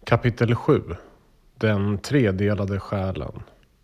Kapitel 7. Den tredelade själen.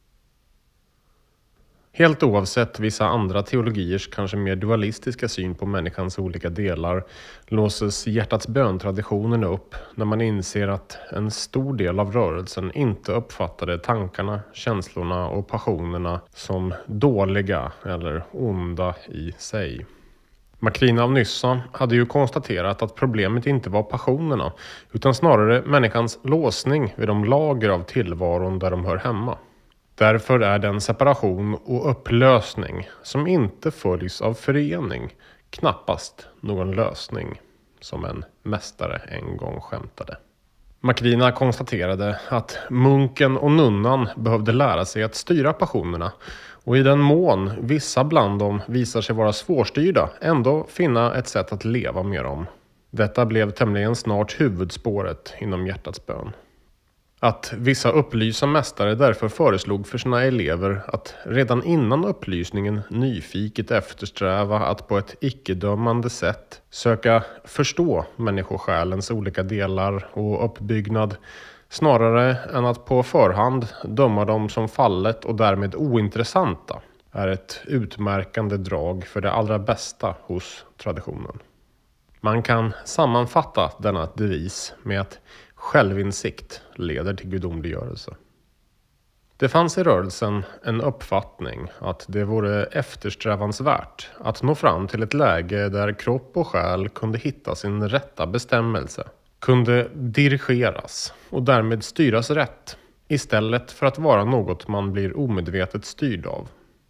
Helt oavsett vissa andra teologiers kanske mer dualistiska syn på människans olika delar låses hjärtats böntraditionen upp när man inser att en stor del av rörelsen inte uppfattade tankarna, känslorna och passionerna som dåliga eller onda i sig. Makrina av Nyssa hade ju konstaterat att problemet inte var passionerna utan snarare människans låsning vid de lager av tillvaron där de hör hemma. Därför är den separation och upplösning som inte följs av förening knappast någon lösning, som en mästare en gång skämtade. Makrina konstaterade att munken och nunnan behövde lära sig att styra passionerna och i den mån vissa bland dem visar sig vara svårstyrda ändå finna ett sätt att leva med dem. Detta blev tämligen snart huvudspåret inom hjärtats bön. Att vissa upplysa mästare därför föreslog för sina elever att redan innan upplysningen nyfiket eftersträva att på ett icke-dömande sätt söka förstå människosjälens olika delar och uppbyggnad snarare än att på förhand döma dem som fallet och därmed ointressanta är ett utmärkande drag för det allra bästa hos traditionen. Man kan sammanfatta denna devis med att självinsikt leder till gudomliggörelse. Det fanns i rörelsen en uppfattning att det vore eftersträvansvärt att nå fram till ett läge där kropp och själ kunde hitta sin rätta bestämmelse, kunde dirigeras och därmed styras rätt istället för att vara något man blir omedvetet styrd av.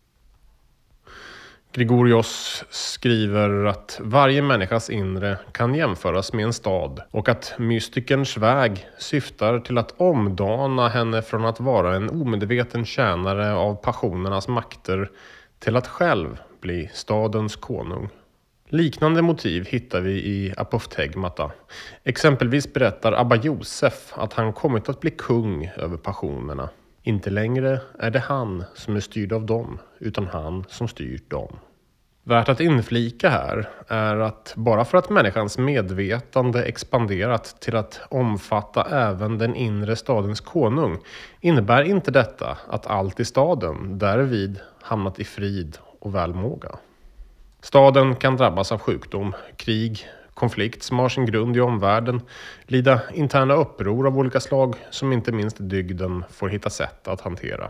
Gregorios skriver att varje människas inre kan jämföras med en stad och att mystikerns väg syftar till att omdana henne från att vara en omedveten tjänare av passionernas makter till att själv bli stadens konung. Liknande motiv hittar vi i Apoftegmata. Exempelvis berättar Abba Josef att han kommit att bli kung över passionerna. Inte längre är det han som är styrd av dem, utan han som styr dem. Värt att inflika här är att bara för att människans medvetande expanderat till att omfatta även den inre stadens konung innebär inte detta att allt i staden därvid hamnat i frid och välmåga. Staden kan drabbas av sjukdom, krig, konflikt som har sin grund i omvärlden, lida interna uppror av olika slag som inte minst dygden får hitta sätt att hantera.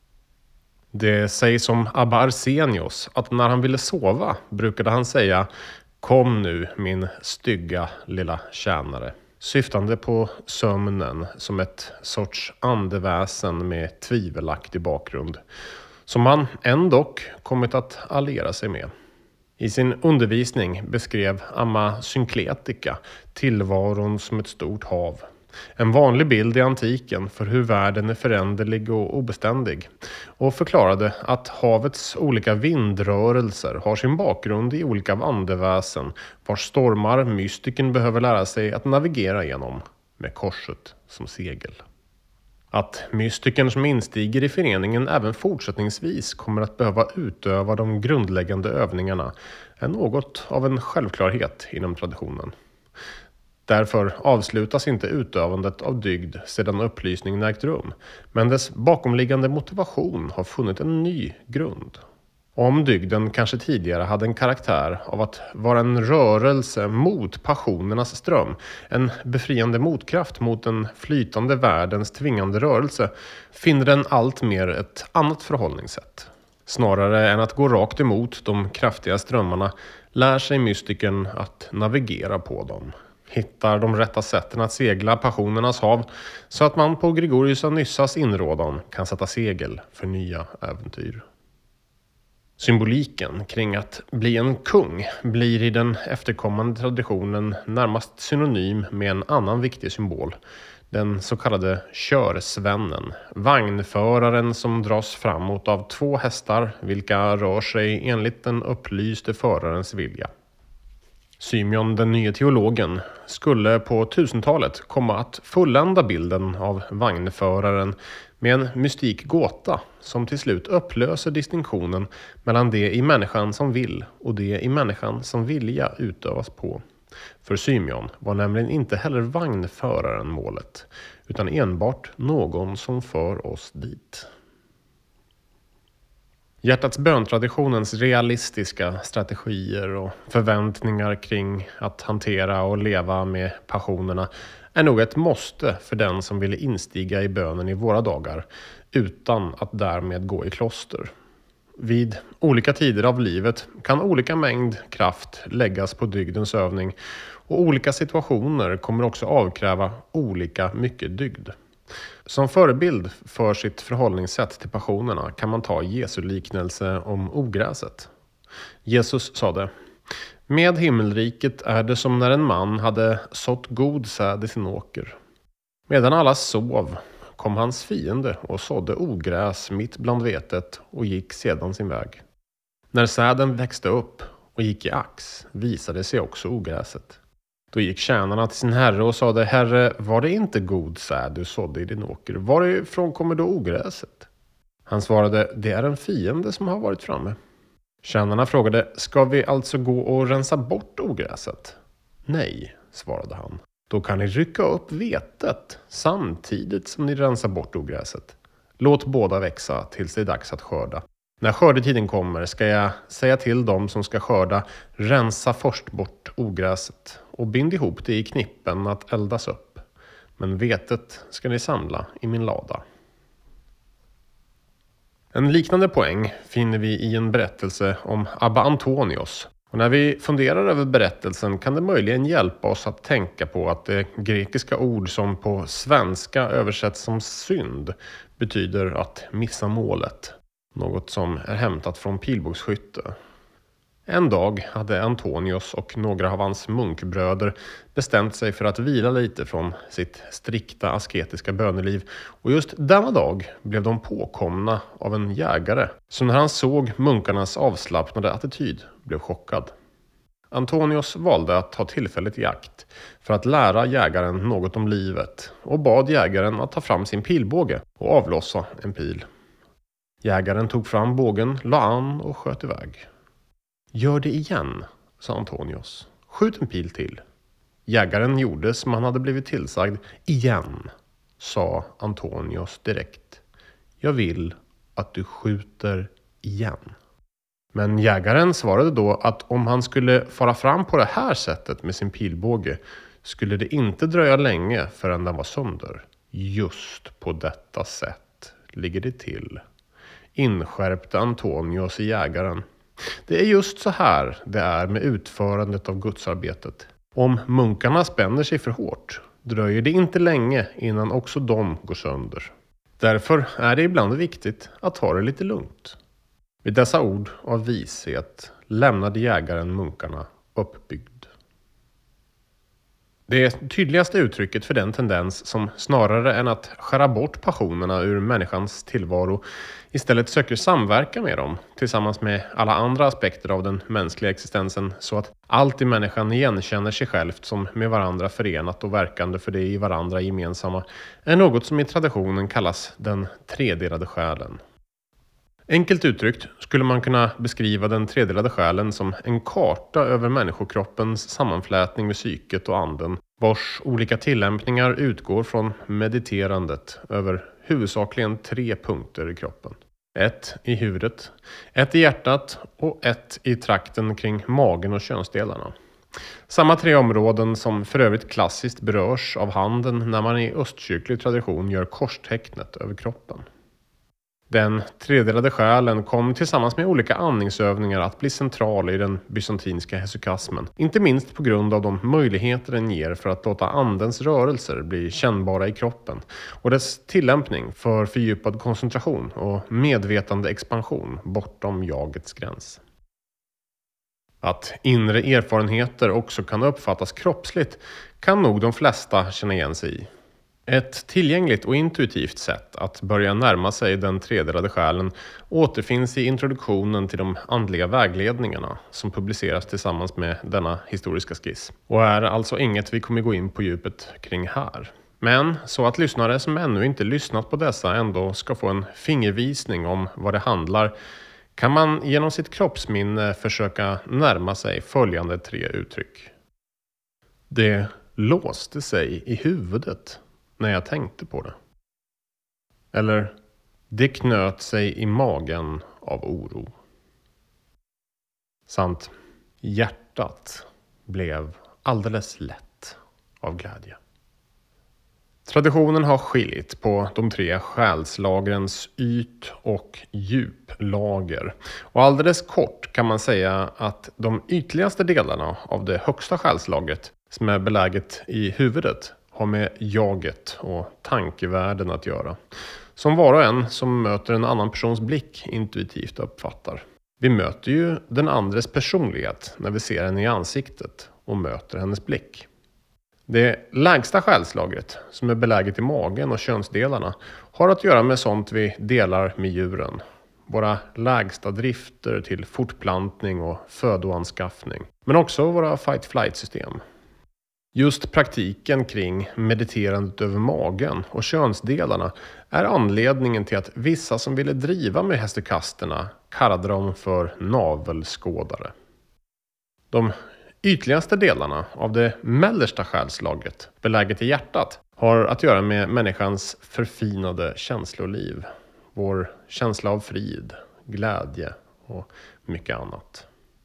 Det sägs om Abba Arsenios att när han ville sova brukade han säga "Kom nu min stygga lilla tjänare", syftande på sömnen som ett sorts andeväsen med tvivelaktig bakgrund, som han ändock kommit att alliera sig med. I sin undervisning beskrev Amma Synkletika tillvaron som ett stort hav. En vanlig bild i antiken för hur världen är föränderlig och obeständig, och förklarade att havets olika vindrörelser har sin bakgrund i olika andeväsen vars stormar mystiken behöver lära sig att navigera genom med korset som segel. Att mystiken som instiger i föreningen även fortsättningsvis kommer att behöva utöva de grundläggande övningarna är något av en självklarhet inom traditionen. Därför avslutas inte utövandet av dygd sedan upplysningen ägt rum, men dess bakomliggande motivation har funnit en ny grund. Om dygden kanske tidigare hade en karaktär av att vara en rörelse mot passionernas ström, en befriande motkraft mot den flytande världens tvingande rörelse, finner den allt mer ett annat förhållningssätt. Snarare än att gå rakt emot de kraftiga strömmarna lär sig mystiken att navigera på dem. Hittar de rätta sätten att segla passionernas hav så att man på Gregorius av Nyssas inrådan kan sätta segel för nya äventyr. Symboliken kring att bli en kung blir i den efterkommande traditionen närmast synonym med en annan viktig symbol, den så kallade körsvennen, vagnföraren som dras framåt av 2 hästar vilka rör sig enligt den upplyste förarens vilja. Symeon, den nya teologen, skulle på 1000-talet komma att fullända bilden av vagnföraren med en mystik gåta som till slut upplöser distinktionen mellan det i människan som vill och det i människan som vilja utövas på. För Symeon var nämligen inte heller vagnföraren målet, utan enbart någon som för oss dit. Hjärtats böntraditionens realistiska strategier och förväntningar kring att hantera och leva med passionerna är nog ett måste för den som ville instiga i bönen i våra dagar utan att därmed gå i kloster. Vid olika tider av livet kan olika mängd kraft läggas på dygdens övning och olika situationer kommer också avkräva olika mycket dygd. Som förebild för sitt förhållningssätt till passionerna kan man ta Jesu liknelse om ogräset. Jesus sade: "Med himmelriket är det som när en man hade sått god säd i sin åker. Medan alla sov kom hans fiende och sådde ogräs mitt bland vetet och gick sedan sin väg. När säden växte upp och gick i ax visade sig också ogräset. Då gick tjänarna till sin herre och sade: Herre, var det inte god säd du sådde i din åker? Varifrån kommer då ogräset? Han svarade: Det är en fiende som har varit framme. Tjänarna frågade: Ska vi alltså gå och rensa bort ogräset? Nej, svarade han. Då kan ni rycka upp vetet samtidigt som ni rensar bort ogräset. Låt båda växa tills det är dags att skörda. När skördetiden kommer ska jag säga till dem som ska skörda: rensa först bort ogräset och bind ihop det i knippen att eldas upp. Men vetet ska ni samla i min lada. En liknande poäng finner vi i en berättelse om Abba Antonios. Och när vi funderar över berättelsen kan det möjligen hjälpa oss att tänka på att det grekiska ord som på svenska översätts som synd betyder att missa målet. Något som är hämtat från pilbågsskytte. En dag hade Antonios och några av hans munkbröder bestämt sig för att vila lite från sitt strikta asketiska böneliv. Och just denna dag blev de påkomna av en jägare som när han såg munkarnas avslappnade attityd blev chockad. Antonios valde att ta tillfället i akt för att lära jägaren något om livet och bad jägaren att ta fram sin pilbåge och avlossa en pil. Jägaren tog fram bågen, la an och sköt iväg. Gör det igen, sa Antonios. Skjut en pil till. Jägaren gjorde som han hade blivit tillsagd. Igen, sa Antonios direkt. Jag vill att du skjuter igen. Men jägaren svarade då att om han skulle fara fram på det här sättet med sin pilbåge skulle det inte dröja länge förrän den var sönder. Just på detta sätt ligger det till, inskärpte Antonios i jägaren. Det är just så här det är med utförandet av gudsarbetet. Om munkarna spänner sig för hårt dröjer det inte länge innan också de går sönder. Därför är det ibland viktigt att ta det lite lugnt. Vid dessa ord av vishet lämnade jägaren munkarna uppbyggd. Det tydligaste uttrycket för den tendens som snarare än att skära bort passionerna ur människans tillvaro istället söker samverka med dem tillsammans med alla andra aspekter av den mänskliga existensen så att allt i människan igenkänner sig självt som med varandra förenat och verkande för det i varandra gemensamma är något som i traditionen kallas den tredelade själen. Enkelt uttryckt skulle man kunna beskriva den tredelade själen som en karta över människokroppens sammanflätning med psyket och anden, vars olika tillämpningar utgår från mediterandet över huvudsakligen 3 punkter i kroppen. 1 i huvudet, 1 i hjärtat och 1 i trakten kring magen och könsdelarna. Samma 3 områden som för övrigt klassiskt berörs av handen när man i östkyrklig tradition gör korstecknet över kroppen. Den tredelade själen kom tillsammans med olika andningsövningar att bli central i den bysantinska hesychasmen. Inte minst på grund av de möjligheter den ger för att låta andens rörelser bli kännbara i kroppen och dess tillämpning för fördjupad koncentration och medvetande expansion bortom jagets gräns. Att inre erfarenheter också kan uppfattas kroppsligt kan nog de flesta känna igen sig i. Ett tillgängligt och intuitivt sätt att börja närma sig den tredelade själen återfinns i introduktionen till de andliga vägledningarna som publiceras tillsammans med denna historiska skiss och är alltså inget vi kommer gå in på djupet kring här. Men så att lyssnare som ännu inte lyssnat på dessa ändå ska få en fingervisning om vad det handlar kan man genom sitt kroppsminne försöka närma sig följande 3 uttryck. Det låste sig i huvudet när jag tänkte på det. Eller, det knöt sig i magen av oro. Samt, hjärtat blev alldeles lätt av glädje. Traditionen har skilt på de 3 själslagrens yt- och djuplager. Och alldeles kort kan man säga att de ytligaste delarna av det högsta själslagret, som är beläget i huvudet, har med jaget och tankevärlden att göra. Som var och en som möter en annan persons blick intuitivt uppfattar. Vi möter ju den andres personlighet när vi ser henne i ansiktet och möter hennes blick. Det lägsta själslagret, som är beläget i magen och könsdelarna, har att göra med sånt vi delar med djuren. Våra lägsta drifter till fortplantning och födoanskaffning. Men också våra fight-flight-system. Just praktiken kring mediterandet över magen och könsdelarna är anledningen till att vissa som ville driva med hästekasterna kallade dem för navelskådare. De ytligaste delarna av det mellersta själslagret, beläget i hjärtat, har att göra med människans förfinade känsloliv. Vår känsla av frid, glädje och mycket annat.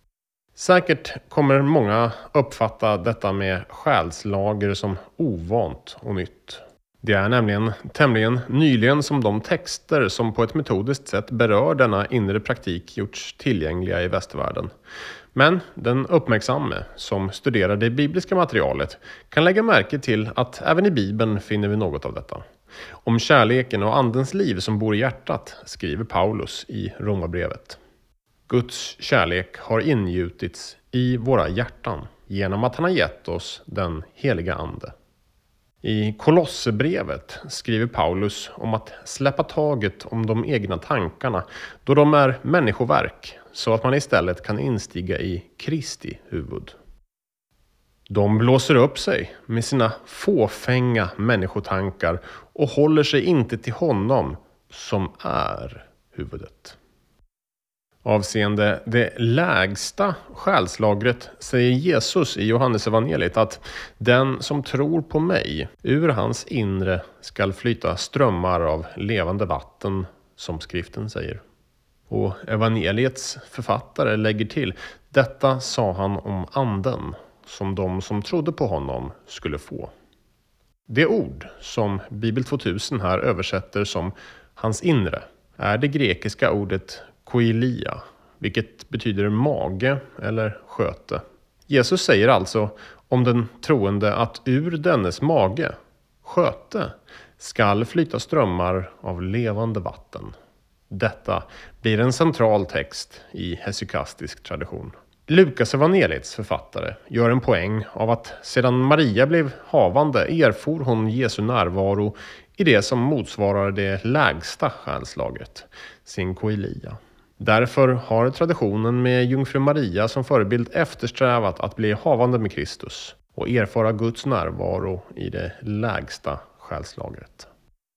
Säkert kommer många uppfatta detta med själslager som ovant och nytt. Det är nämligen tämligen nyligen som de texter som på ett metodiskt sätt berör denna inre praktik gjorts tillgängliga i västvärlden. Men den uppmärksamme som studerar det bibliska materialet kan lägga märke till att även i Bibeln finner vi något av detta. Om kärleken och andens liv som bor i hjärtat skriver Paulus i Romarbrevet. Guds kärlek har ingjutits i våra hjärtan genom att han har gett oss den heliga ande. I Kolosserbrevet skriver Paulus om att släppa taget om de egna tankarna då de är människoverk, så att man istället kan instiga i Kristi huvud. De blåser upp sig med sina fåfänga människotankar och håller sig inte till honom som är huvudet. Avseende det lägsta själslagret säger Jesus i Johannesevangeliet att den som tror på mig, ur hans inre skall flyta strömmar av levande vatten, som skriften säger. Och evangeliets författare lägger till, detta sa han om anden, som de som trodde på honom skulle få. Det ord som Bibel 2000 här översätter som hans inre är det grekiska ordet koilia, vilket betyder mage eller sköte. Jesus säger alltså om den troende att ur dennes mage, sköte, skall flyta strömmar av levande vatten. Detta blir en central text i hesychastisk tradition. Lukas evangeliets författare gör en poäng av att sedan Maria blev havande erfor hon Jesu närvaro i det som motsvarar det lägsta själslaget, sin koilia. Därför har traditionen med jungfru Maria som förebild eftersträvat att bli havande med Kristus och erfara Guds närvaro i det lägsta själslagret.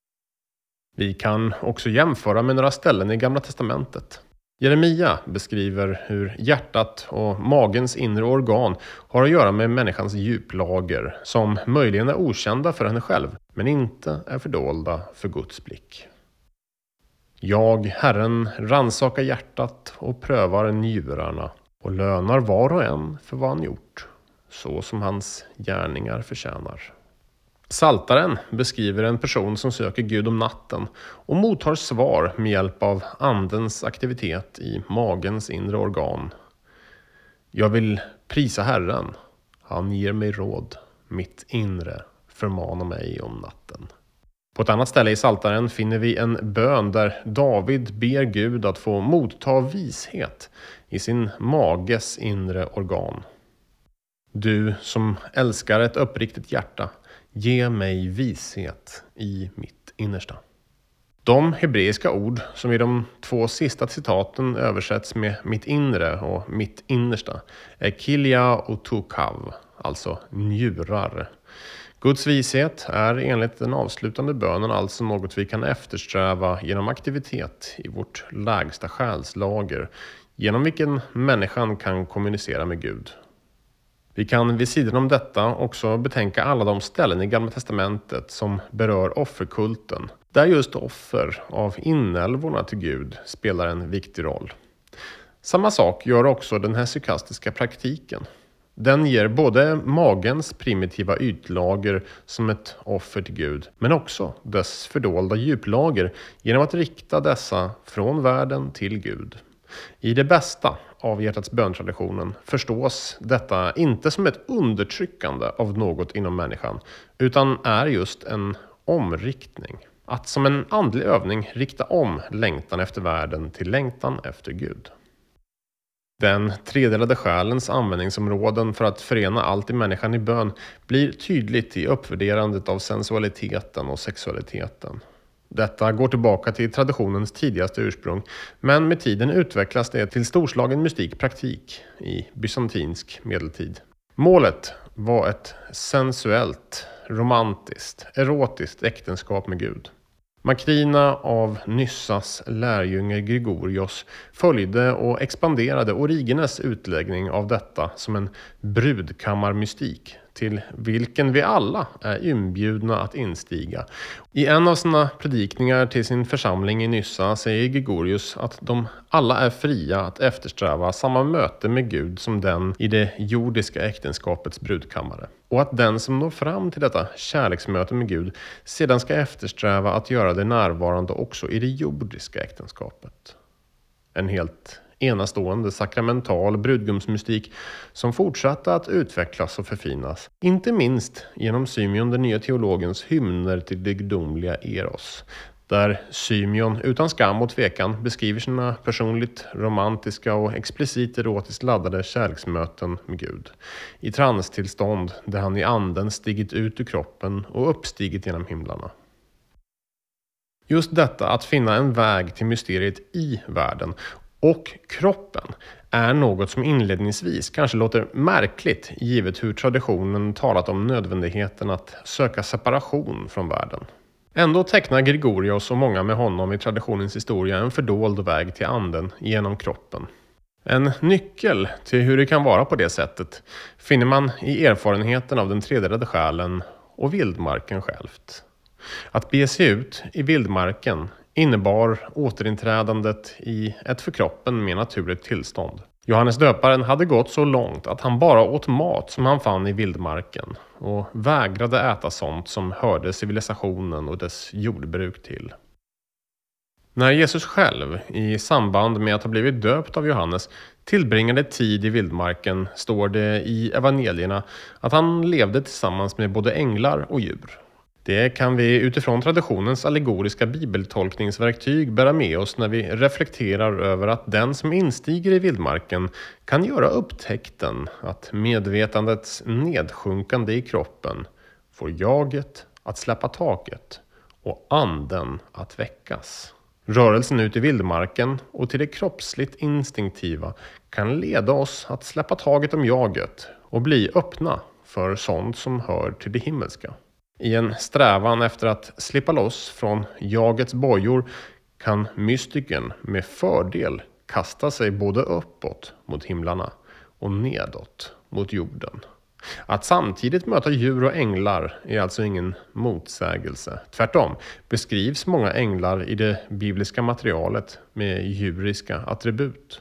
Vi kan också jämföra med några ställen i Gamla testamentet. Jeremia beskriver hur hjärtat och magens inre organ har att göra med människans djuplager som möjligen är okända för henne själv men inte är fördolda för Guds blick. Jag, Herren, rannsakar hjärtat och prövar njurarna och lönar var och en för vad han gjort, så som hans gärningar förtjänar. Psaltaren beskriver en person som söker Gud om natten och mottar svar med hjälp av andens aktivitet i magens inre organ. Jag vill prisa Herren, han ger mig råd, mitt inre förmanar mig om natten. På ett annat ställe i Psaltaren finner vi en bön där David ber Gud att få motta vishet i sin mages inre organ. Du som älskar ett uppriktigt hjärta, ge mig vishet i mitt innersta. De hebreiska ord som i de 2 sista citaten översätts med mitt inre och mitt innersta är kilja och tukav, alltså njurar. Guds vishet är enligt den avslutande bönen alltså något vi kan eftersträva genom aktivitet i vårt lägsta själslager, genom vilken människan kan kommunicera med Gud. Vi kan vid sidan om detta också betänka alla de ställen i Gamla testamentet som berör offerkulten, där just offer av inälvorna till Gud spelar en viktig roll. Samma sak gör också den hesykastiska praktiken. Den ger både magens primitiva ytlager som ett offer till Gud, men också dess fördolda djuplager genom att rikta dessa från världen till Gud. I det bästa av hjärtats böntraditionen förstås detta inte som ett undertryckande av något inom människan, utan är just en omriktning. Att som en andlig övning rikta om längtan efter världen till längtan efter Gud. Den tredelade själens användningsområden för att förena allt i människan i bön blir tydligt i uppvärderandet av sensualiteten och sexualiteten. Detta går tillbaka till traditionens tidigaste ursprung, men med tiden utvecklas det till storslagen mystik praktik i bysantinsk medeltid. Målet var ett sensuellt, romantiskt, erotiskt äktenskap med Gud. Makrina av Nyssas lärjunge Gregorios följde och expanderade Origenes utläggning av detta som en brudkammarmystik till vilken vi alla är inbjudna att instiga. I en av sina predikningar till sin församling i Nyssa säger Gregorius att de alla är fria att eftersträva samma möte med Gud som den i det jordiska äktenskapets brudkammare. Och att den som når fram till detta kärleksmöte med Gud sedan ska eftersträva att göra det närvarande också i det jordiska äktenskapet. En helt enastående sakramental brudgumsmystik som fortsatte att utvecklas och förfinas. Inte minst genom Symeon den nya teologens hymner till det gudomliga Eros. Där Symeon utan skam och tvekan beskriver sina personligt romantiska och explicit erotiskt laddade kärleksmöten med Gud. I transtillstånd där han i anden stigit ut ur kroppen och uppstigit genom himlarna. Just detta att finna en väg till mysteriet i världen och kroppen är något som inledningsvis kanske låter märkligt givet hur traditionen talat om nödvändigheten att söka separation från världen. Ändå tecknar Gregorios och många med honom i traditionens historia en fördold väg till anden genom kroppen. En nyckel till hur det kan vara på det sättet finner man i erfarenheten av den tredelade själen och vildmarken självt. Att bege sig ut i vildmarken innebar återinträdandet i ett för kroppen mer naturligt tillstånd. Johannes döparen hade gått så långt att han bara åt mat som han fann i vildmarken och vägrade äta sånt som hörde civilisationen och dess jordbruk till. När Jesus själv, i samband med att ha blivit döpt av Johannes, tillbringade tid i vildmarken står det i evangelierna att han levde tillsammans med både änglar och djur. Det kan vi utifrån traditionens allegoriska bibeltolkningsverktyg bära med oss när vi reflekterar över att den som instiger i vildmarken kan göra upptäckten att medvetandets nedsjunkande i kroppen får jaget att släppa taket och anden att väckas. Rörelsen ut i vildmarken och till det kroppsligt instinktiva kan leda oss att släppa taget om jaget och bli öppna för sånt som hör till det himmelska. I en strävan efter att slippa loss från jagets bojor kan mystiken med fördel kasta sig både uppåt mot himlarna och nedåt mot jorden. Att samtidigt möta djur och änglar är alltså ingen motsägelse. Tvärtom beskrivs många änglar i det bibliska materialet med djuriska attribut.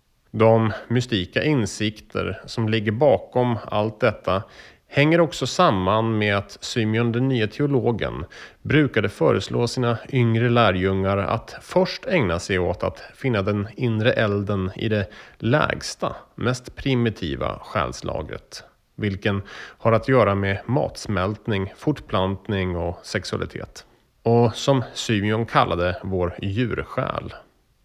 De mystika insikter som ligger bakom allt detta hänger också samman med att Symeon den nya teologen brukade föreslå sina yngre lärjungar att först ägna sig åt att finna den inre elden i det lägsta, mest primitiva själslagret, vilken har att göra med matsmältning, fortplantning och sexualitet. Och som Symeon kallade vår djursjäl.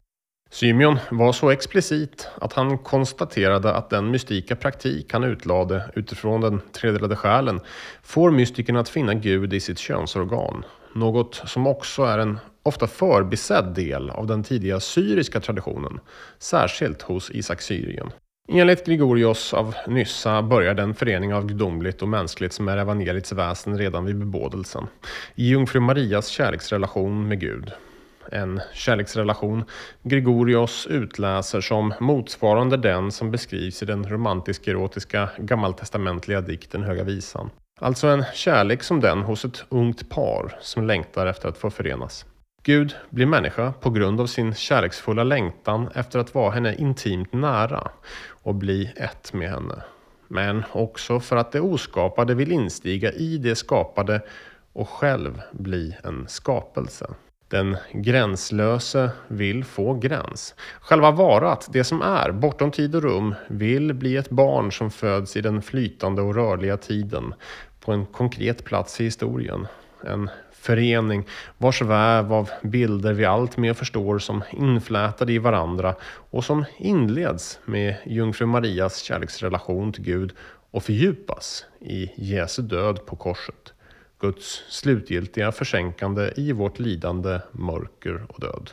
Symeon var så explicit att han konstaterade att den mystika praktik han utlade utifrån den tredelade själen får mystiken att finna Gud i sitt könsorgan. Något som också är en ofta förbisedd del av den tidiga syriska traditionen, särskilt hos Isak Syrien. Enligt Gregorios av Nyssa börjar den förening av gudomligt och mänskligt som är evangeliets väsen redan vid bebådelsen, i jungfru Marias kärleksrelation med Gud. en kärleksrelation Gregorios utläser som motsvarande den som beskrivs i den romantisk-erotiska gammaltestamentliga dikten Höga visan. Alltså en kärlek som den hos ett ungt par som längtar efter att få förenas. Gud blir människa på grund av sin kärleksfulla längtan efter att vara henne intimt nära och bli ett med henne. Men också för att det oskapade vill instiga i det skapade och själv bli en skapelse. Den gränslöse vill få gräns. Själva varat, det som är, bortom tid och rum, vill bli ett barn som föds i den flytande och rörliga tiden, på en konkret plats i historien. En förening vars väv av bilder vi allt mer förstår som inflätade i varandra och som inleds med jungfru Marias kärleksrelation till Gud och fördjupas i Jesu död på korset. Guds slutgiltiga försänkande i vårt lidande, mörker och död.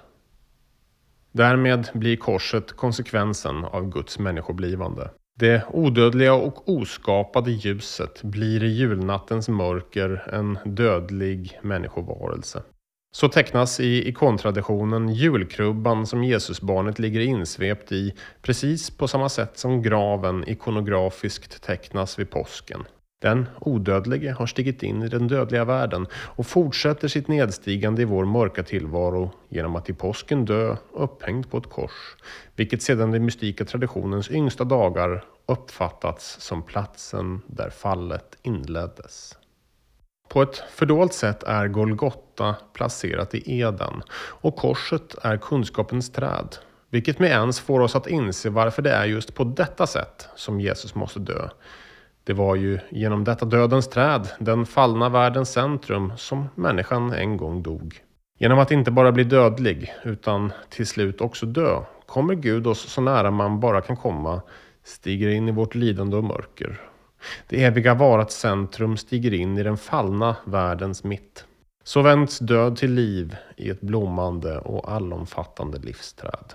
Därmed blir korset konsekvensen av Guds människoblivande. Det odödliga och oskapade ljuset blir i julnattens mörker en dödlig människovarelse. Så tecknas i ikontraditionen julkrubban som Jesusbarnet ligger insvept i, precis på samma sätt som graven ikonografiskt tecknas vid påsken. Den odödlige har stigit in i den dödliga världen och fortsätter sitt nedstigande i vår mörka tillvaro genom att i påsken dö upphängd på ett kors, vilket sedan den mystika traditionens yngsta dagar uppfattats som platsen där fallet inleddes. På ett fördolt sätt är Golgotha placerat i Eden och korset är kunskapens träd, vilket med ens får oss att inse varför det är just på detta sätt som Jesus måste dö. Det var ju genom detta dödens träd, den fallna världens centrum, som människan en gång dog. Genom att inte bara bli dödlig, utan till slut också dö, kommer Gud oss så nära man bara kan komma, stiger in i vårt lidande och mörker. Det eviga varats centrum stiger in i den fallna världens mitt. Så vänds död till liv i ett blommande och allomfattande livsträd.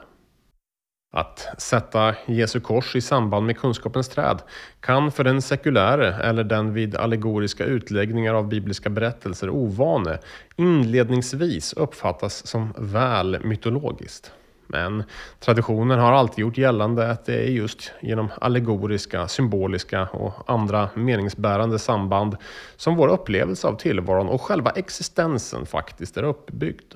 Att sätta Jesu kors i samband med kunskapens träd kan för den sekuläre eller den vid allegoriska utläggningar av bibliska berättelser ovane inledningsvis uppfattas som väl mytologiskt. Men traditionen har alltid gjort gällande att det är just genom allegoriska, symboliska och andra meningsbärande samband som vår upplevelse av tillvaron och själva existensen faktiskt är uppbyggd.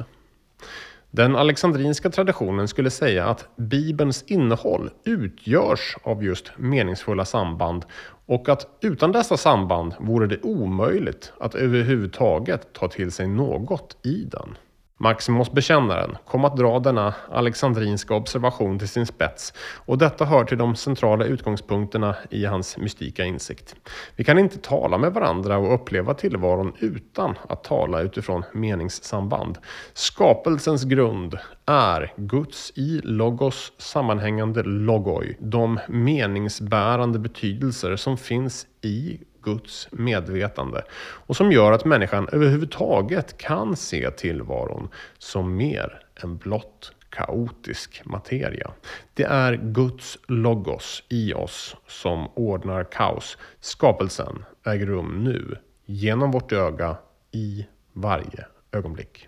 Den alexandrinska traditionen skulle säga att Bibelns innehåll utgörs av just meningsfulla samband och att utan dessa samband vore det omöjligt att överhuvudtaget ta till sig något i den. Maximus bekännaren kom att dra denna alexandrinska observation till sin spets och detta hör till de centrala utgångspunkterna i hans mystika insikt. Vi kan inte tala med varandra och uppleva tillvaron utan att tala utifrån meningssamband. Skapelsens grund är Guds i logos sammanhängande logoi, de meningsbärande betydelser som finns i Guds medvetande och som gör att människan överhuvudtaget kan se tillvaron som mer än blott kaotisk materia. Det är Guds logos i oss som ordnar kaos. Skapelsen äger rum nu, genom vårt öga, i varje ögonblick.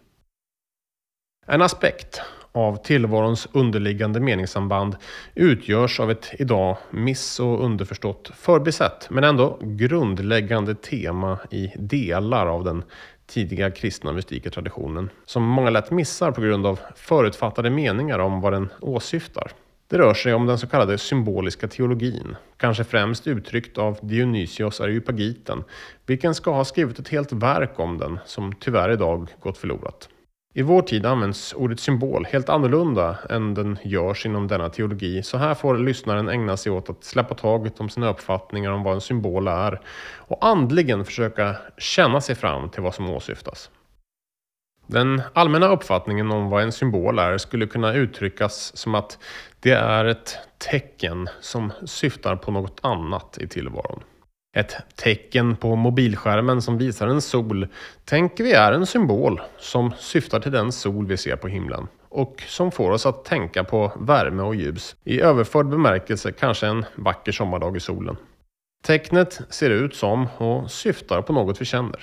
En aspekt av tillvarons underliggande meningssamband utgörs av ett idag miss- och underförstått förbisett men ändå grundläggande tema i delar av den tidiga kristna mystika traditionen som många lätt missar på grund av förutfattade meningar om vad den åsyftar. Det rör sig om den så kallade symboliska teologin, kanske främst uttryckt av Dionysios Areopagiten, vilken ska ha skrivit ett helt verk om den som tyvärr idag gått förlorat. I vår tid används ordet symbol helt annorlunda än den görs inom denna teologi, så här får lyssnaren ägna sig åt att släppa taget om sina uppfattningar om vad en symbol är och andligen försöka känna sig fram till vad som åsyftas. Den allmänna uppfattningen om vad en symbol är skulle kunna uttryckas som att det är ett tecken som syftar på något annat i tillvaron. Ett tecken på mobilskärmen som visar en sol tänker vi är en symbol som syftar till den sol vi ser på himlen och som får oss att tänka på värme och ljus. I överförd bemärkelse kanske en vacker sommardag i solen. Tecknet ser ut som och syftar på något vi känner.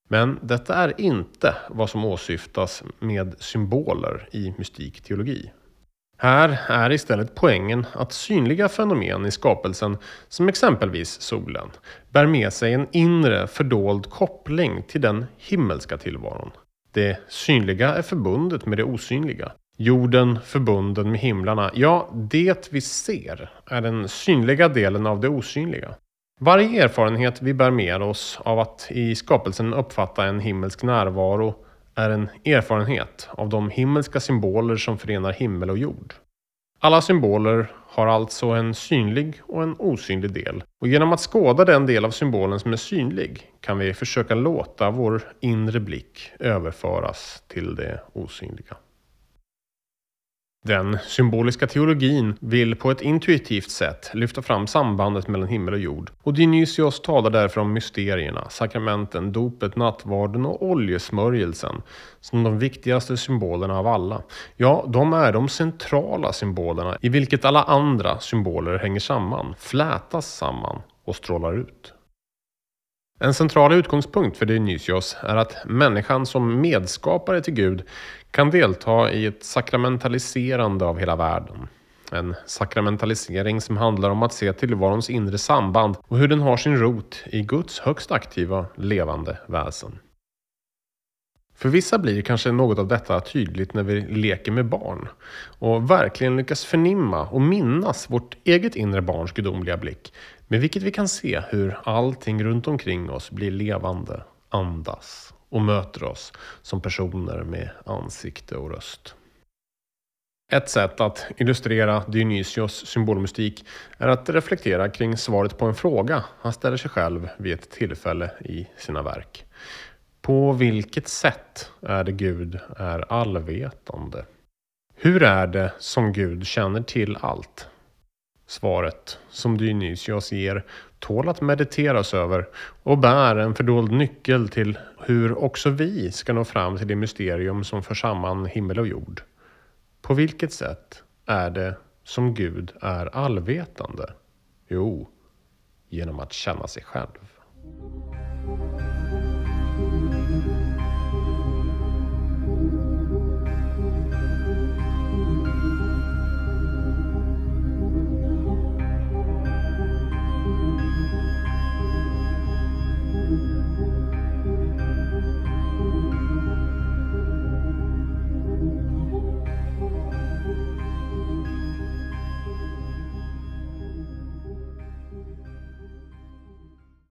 Men detta är inte vad som åsyftas med symboler i mystik teologi. Här är istället poängen att synliga fenomen i skapelsen, som exempelvis solen, bär med sig en inre fördold koppling till den himmelska tillvaron. Det synliga är förbundet med det osynliga. Jorden förbunden med himlarna, ja, det vi ser är den synliga delen av det osynliga. Varje erfarenhet vi bär med oss av att i skapelsen uppfatta en himmelsk närvaro är en erfarenhet av de himmelska symboler som förenar himmel och jord. Alla symboler har alltså en synlig och en osynlig del. Och genom att skåda den del av symbolen som är synlig kan vi försöka låta vår inre blick överföras till det osynliga. Den symboliska teologin vill på ett intuitivt sätt lyfta fram sambandet mellan himmel och jord. Och Dionysios talar därför om mysterierna, sakramenten, dopet, nattvarden och oljesmörjelsen som de viktigaste symbolerna av alla. Ja, de är de centrala symbolerna i vilket alla andra symboler hänger samman, flätas samman och strålar ut. En central utgångspunkt för Dionysios är att människan som medskapare till Gud kan delta i ett sakramentaliserande av hela världen. En sakramentalisering som handlar om att se tillvarons inre samband och hur den har sin rot i Guds högst aktiva, levande väsen. För vissa blir kanske något av detta tydligt när vi leker med barn och verkligen lyckas förnimma och minnas vårt eget inre barns gudomliga blick, med vilket vi kan se hur allting runt omkring oss blir levande, andas och möter oss som personer med ansikte och röst. Ett sätt att illustrera Dionysios symbolmystik är att reflektera kring svaret på en fråga han ställer sig själv vid ett tillfälle i sina verk. På vilket sätt är det Gud är allvetande? Hur är det som Gud känner till allt? Svaret som Dionysios ger tål att mediteras över och bär en fördold nyckel till hur också vi ska nå fram till det mysterium som för samman himmel och jord. På vilket sätt är det som Gud är allvetande? Jo, genom att känna sig själv.